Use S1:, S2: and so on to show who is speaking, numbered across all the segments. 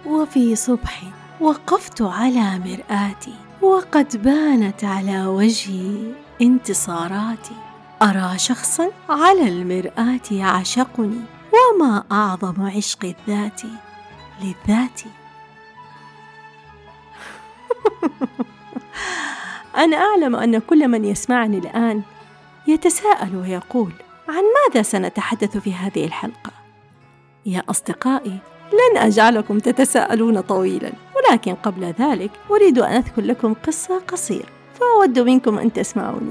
S1: وفي صبح وقفت على مرآتي، وقد بانت على وجهي انتصاراتي. أرى شخصا على المرآة يعشقني، وما أعظم عشق الذات للذات. أنا أعلم أن كل من يسمعني الآن يتساءل ويقول: عن ماذا سنتحدث في هذه الحلقة؟ يا أصدقائي، لن أجعلكم تتساءلون طويلا، ولكن قبل ذلك أريد أن أذكر لكم قصة قصيرة، فأود منكم أن تسمعوني.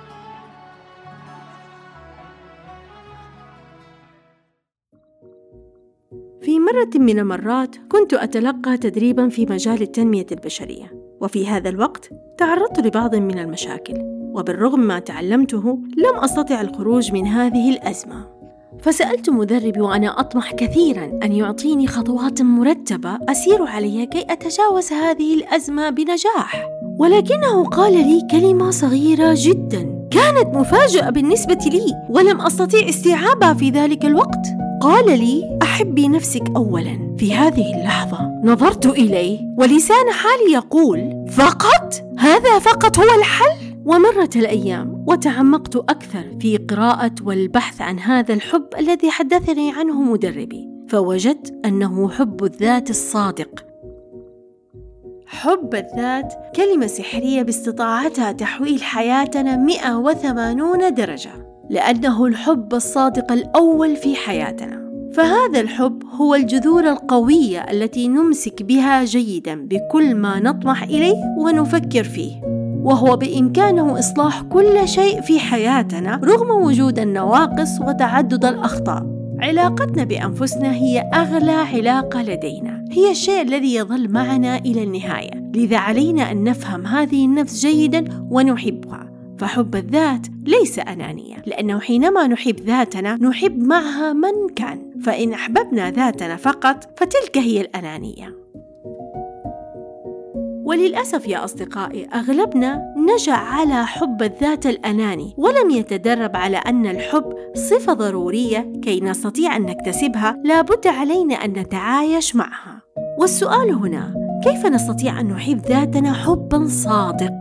S1: في مرة من المرات كنت أتلقى تدريبا في مجال التنمية البشرية، وفي هذا الوقت تعرضت لبعض من المشاكل، وبالرغم ما تعلمته لم أستطع الخروج من هذه الأزمة. فسألت مدربي وأنا أطمح كثيرا أن يعطيني خطوات مرتبة أسير عليها كي أتجاوز هذه الأزمة بنجاح، ولكنه قال لي كلمة صغيرة جدا كانت مفاجأة بالنسبة لي ولم أستطيع استيعابها في ذلك الوقت. قال لي: أحبي نفسك أولا. في هذه اللحظة نظرت إليه ولسان حالي يقول: فقط؟ هذا فقط هو الحل؟ ومرت الأيام وتعمقت أكثر في قراءة والبحث عن هذا الحب الذي حدثني عنه مدربي، فوجدت أنه حب الذات الصادق. حب الذات كلمة سحرية باستطاعتها تحويل حياتنا 180 درجة، لأنه الحب الصادق الأول في حياتنا. فهذا الحب هو الجذور القوية التي نمسك بها جيدا بكل ما نطمح إليه ونفكر فيه، وهو بإمكانه إصلاح كل شيء في حياتنا رغم وجود النواقص وتعدد الأخطاء. علاقتنا بأنفسنا هي أغلى علاقة لدينا، هي الشيء الذي يظل معنا إلى النهاية، لذا علينا أن نفهم هذه النفس جيدا ونحبها. فحب الذات ليس أنانية، لأنه حينما نحب ذاتنا نحب معها من كان، فإن أحببنا ذاتنا فقط فتلك هي الأنانية. وللأسف يا أصدقائي، أغلبنا نشأ على حب الذات الأناني، ولم يتدرب على أن الحب صفة ضرورية كي نستطيع أن نكتسبها، لابد علينا أن نتعايش معها. والسؤال هنا: كيف نستطيع أن نحب ذاتنا حباً صادق؟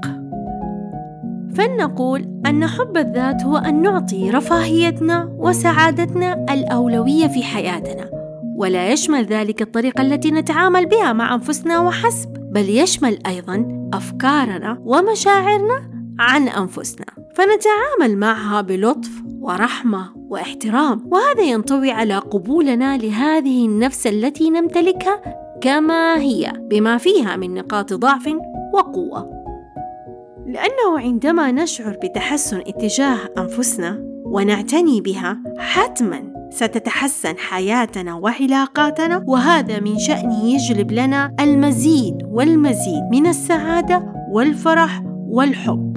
S1: فلنقول أن حب الذات هو أن نعطي رفاهيتنا وسعادتنا الأولوية في حياتنا، ولا يشمل ذلك الطريقة التي نتعامل بها مع أنفسنا وحسب، بل يشمل أيضاً أفكارنا ومشاعرنا عن أنفسنا، فنتعامل معها بلطف ورحمة واحترام، وهذا ينطوي على قبولنا لهذه النفس التي نمتلكها كما هي، بما فيها من نقاط ضعف وقوة. لأنه عندما نشعر بتحسن اتجاه أنفسنا ونعتني بها، حتماً ستتحسن حياتنا وعلاقاتنا، وهذا من شأنه يجلب لنا المزيد والمزيد من السعادة والفرح والحب.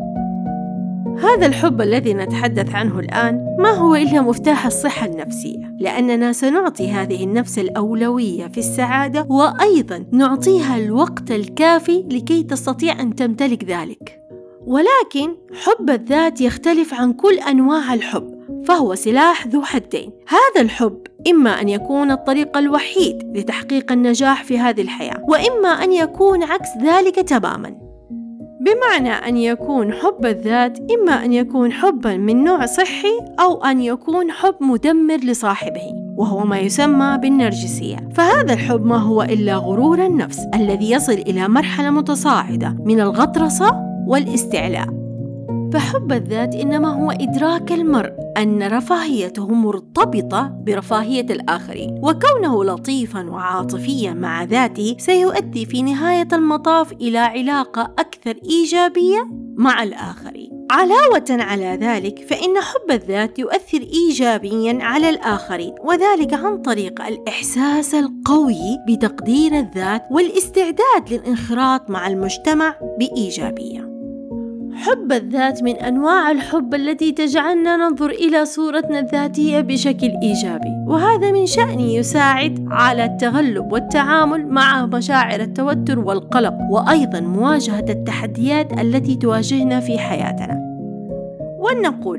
S1: هذا الحب الذي نتحدث عنه الآن ما هو إلا مفتاح الصحة النفسية، لأننا سنعطي هذه النفس الأولوية في السعادة، وأيضاً نعطيها الوقت الكافي لكي تستطيع أن تمتلك ذلك. ولكن حب الذات يختلف عن كل أنواع الحب، فهو سلاح ذو حدين. هذا الحب إما أن يكون الطريق الوحيد لتحقيق النجاح في هذه الحياة، وإما أن يكون عكس ذلك تماماً، بمعنى أن يكون حب الذات إما أن يكون حباً من نوع صحي، أو أن يكون حب مدمر لصاحبه، وهو ما يسمى بالنرجسية. فهذا الحب ما هو إلا غرور النفس الذي يصل إلى مرحلة متصاعدة من الغطرسة والاستعلاء. فحب الذات إنما هو إدراك المرء أن رفاهيته مرتبطة برفاهية الآخرين، وكونه لطيفاً وعاطفياً مع ذاته سيؤدي في نهاية المطاف إلى علاقة أكثر إيجابية مع الآخرين. علاوة على ذلك، فإن حب الذات يؤثر إيجابياً على الآخرين، وذلك عن طريق الإحساس القوي بتقدير الذات والاستعداد للانخراط مع المجتمع بإيجابية. حب الذات من أنواع الحب التي تجعلنا ننظر إلى صورتنا الذاتية بشكل إيجابي، وهذا من شأنه يساعد على التغلب والتعامل مع مشاعر التوتر والقلق، وأيضا مواجهة التحديات التي تواجهنا في حياتنا. ولنقول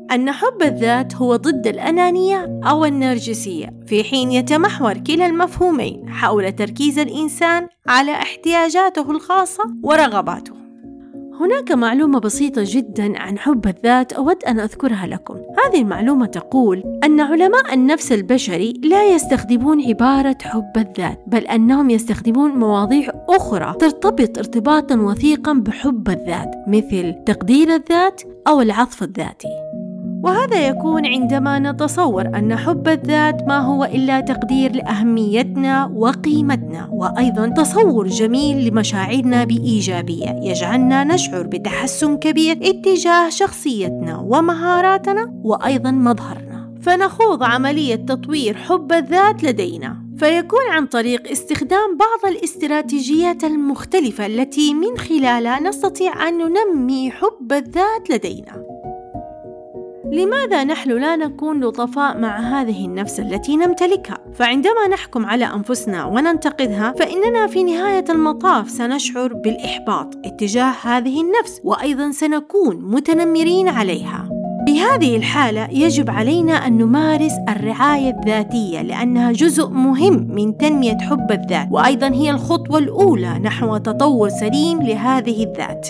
S1: أن حب الذات هو ضد الأنانية أو النرجسية، في حين يتمحور كلا المفهومين حول تركيز الإنسان على احتياجاته الخاصة ورغباته. هناك معلومة بسيطة جداً عن حب الذات أود أن أذكرها لكم. هذه المعلومة تقول أن علماء النفس البشري لا يستخدمون عبارة حب الذات، بل أنهم يستخدمون مواضيع أخرى ترتبط ارتباطاً وثيقاً بحب الذات، مثل تقدير الذات أو العطف الذاتي. وهذا يكون عندما نتصور أن حب الذات ما هو إلا تقدير لأهميتنا وقيمتنا، وأيضاً تصور جميل لمشاعرنا بإيجابية يجعلنا نشعر بتحسن كبير اتجاه شخصيتنا ومهاراتنا وأيضاً مظهرنا، فنخوض عملية تطوير حب الذات لدينا، فيكون عن طريق استخدام بعض الاستراتيجيات المختلفة التي من خلالها نستطيع أن ننمي حب الذات لدينا. لماذا نحن لا نكون لطفاء مع هذه النفس التي نمتلكها؟ فعندما نحكم على أنفسنا وننتقدها فإننا في نهاية المطاف سنشعر بالإحباط اتجاه هذه النفس، وأيضا سنكون متنمرين عليها. بهذه الحالة يجب علينا أن نمارس الرعاية الذاتية، لأنها جزء مهم من تنمية حب الذات، وأيضا هي الخطوة الأولى نحو تطور سليم لهذه الذات.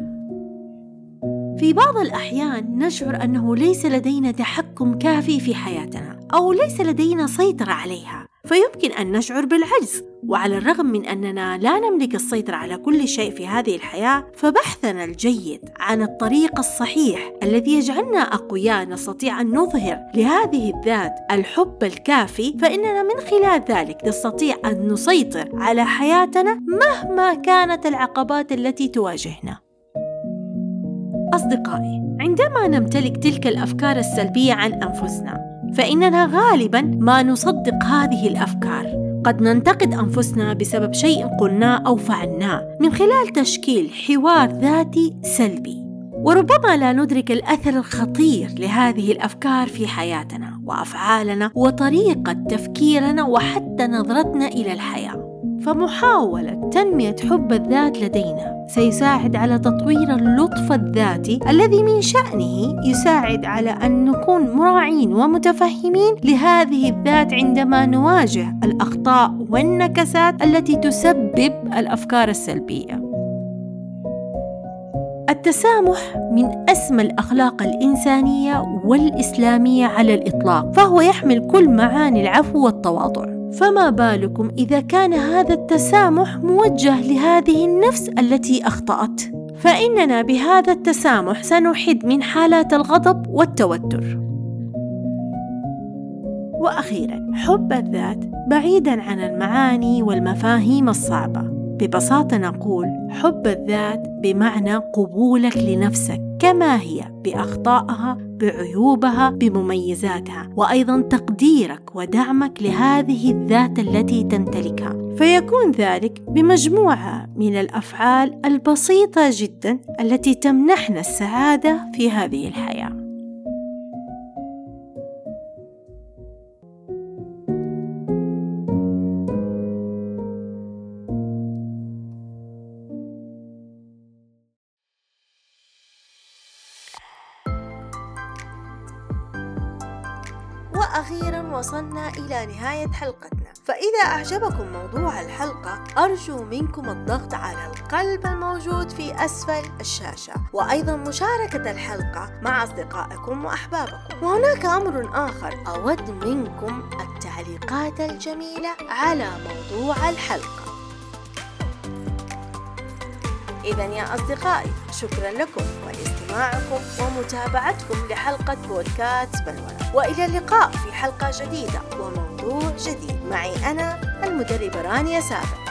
S1: في بعض الأحيان نشعر أنه ليس لدينا تحكم كافي في حياتنا، أو ليس لدينا سيطرة عليها، فيمكن أن نشعر بالعجز. وعلى الرغم من أننا لا نملك السيطرة على كل شيء في هذه الحياة، فبحثنا الجيد عن الطريق الصحيح الذي يجعلنا أقوياء نستطيع أن نظهر لهذه الذات الحب الكافي، فإننا من خلال ذلك نستطيع أن نسيطر على حياتنا مهما كانت العقبات التي تواجهنا. أصدقائي، عندما نمتلك تلك الأفكار السلبية عن أنفسنا فإننا غالباً ما نصدق هذه الأفكار. قد ننتقد أنفسنا بسبب شيء قلناه أو فعلناه من خلال تشكيل حوار ذاتي سلبي، وربما لا ندرك الأثر الخطير لهذه الأفكار في حياتنا وأفعالنا وطريقة تفكيرنا وحتى نظرتنا إلى الحياة. فمحاولة تنمية حب الذات لدينا سيساعد على تطوير اللطف الذاتي الذي من شأنه يساعد على أن نكون مراعين ومتفهمين لهذه الذات عندما نواجه الأخطاء والنكسات التي تسبب الأفكار السلبية. التسامح من أسمى الأخلاق الإنسانية والإسلامية على الإطلاق، فهو يحمل كل معاني العفو والتواضع. فما بالكم إذا كان هذا التسامح موجه لهذه النفس التي أخطأت؟ فإننا بهذا التسامح سنحد من حالات الغضب والتوتر. وأخيراً، حب الذات بعيداً عن المعاني والمفاهيم الصعبة. ببساطة نقول حب الذات بمعنى قبولك لنفسك كما هي، بأخطائها، بعيوبها، بمميزاتها، وأيضاً تقديرك ودعمك لهذه الذات التي تمتلكها. فيكون ذلك بمجموعة من الأفعال البسيطة جداً التي تمنحنا السعادة في هذه الحياة. وأخيراً وصلنا إلى نهاية حلقتنا، فإذا أعجبكم موضوع الحلقة أرجو منكم الضغط على القلب الموجود في أسفل الشاشة، وأيضاً مشاركة الحلقة مع أصدقائكم وأحبابكم. وهناك أمر آخر، أود منكم التعليقات الجميلة على موضوع الحلقة. إذن يا أصدقائي، شكرا لكم ولاستماعكم ومتابعتكم لحلقة بودكاست بلورة، وإلى اللقاء في حلقة جديدة وموضوع جديد معي أنا المدربة رانيا سابق.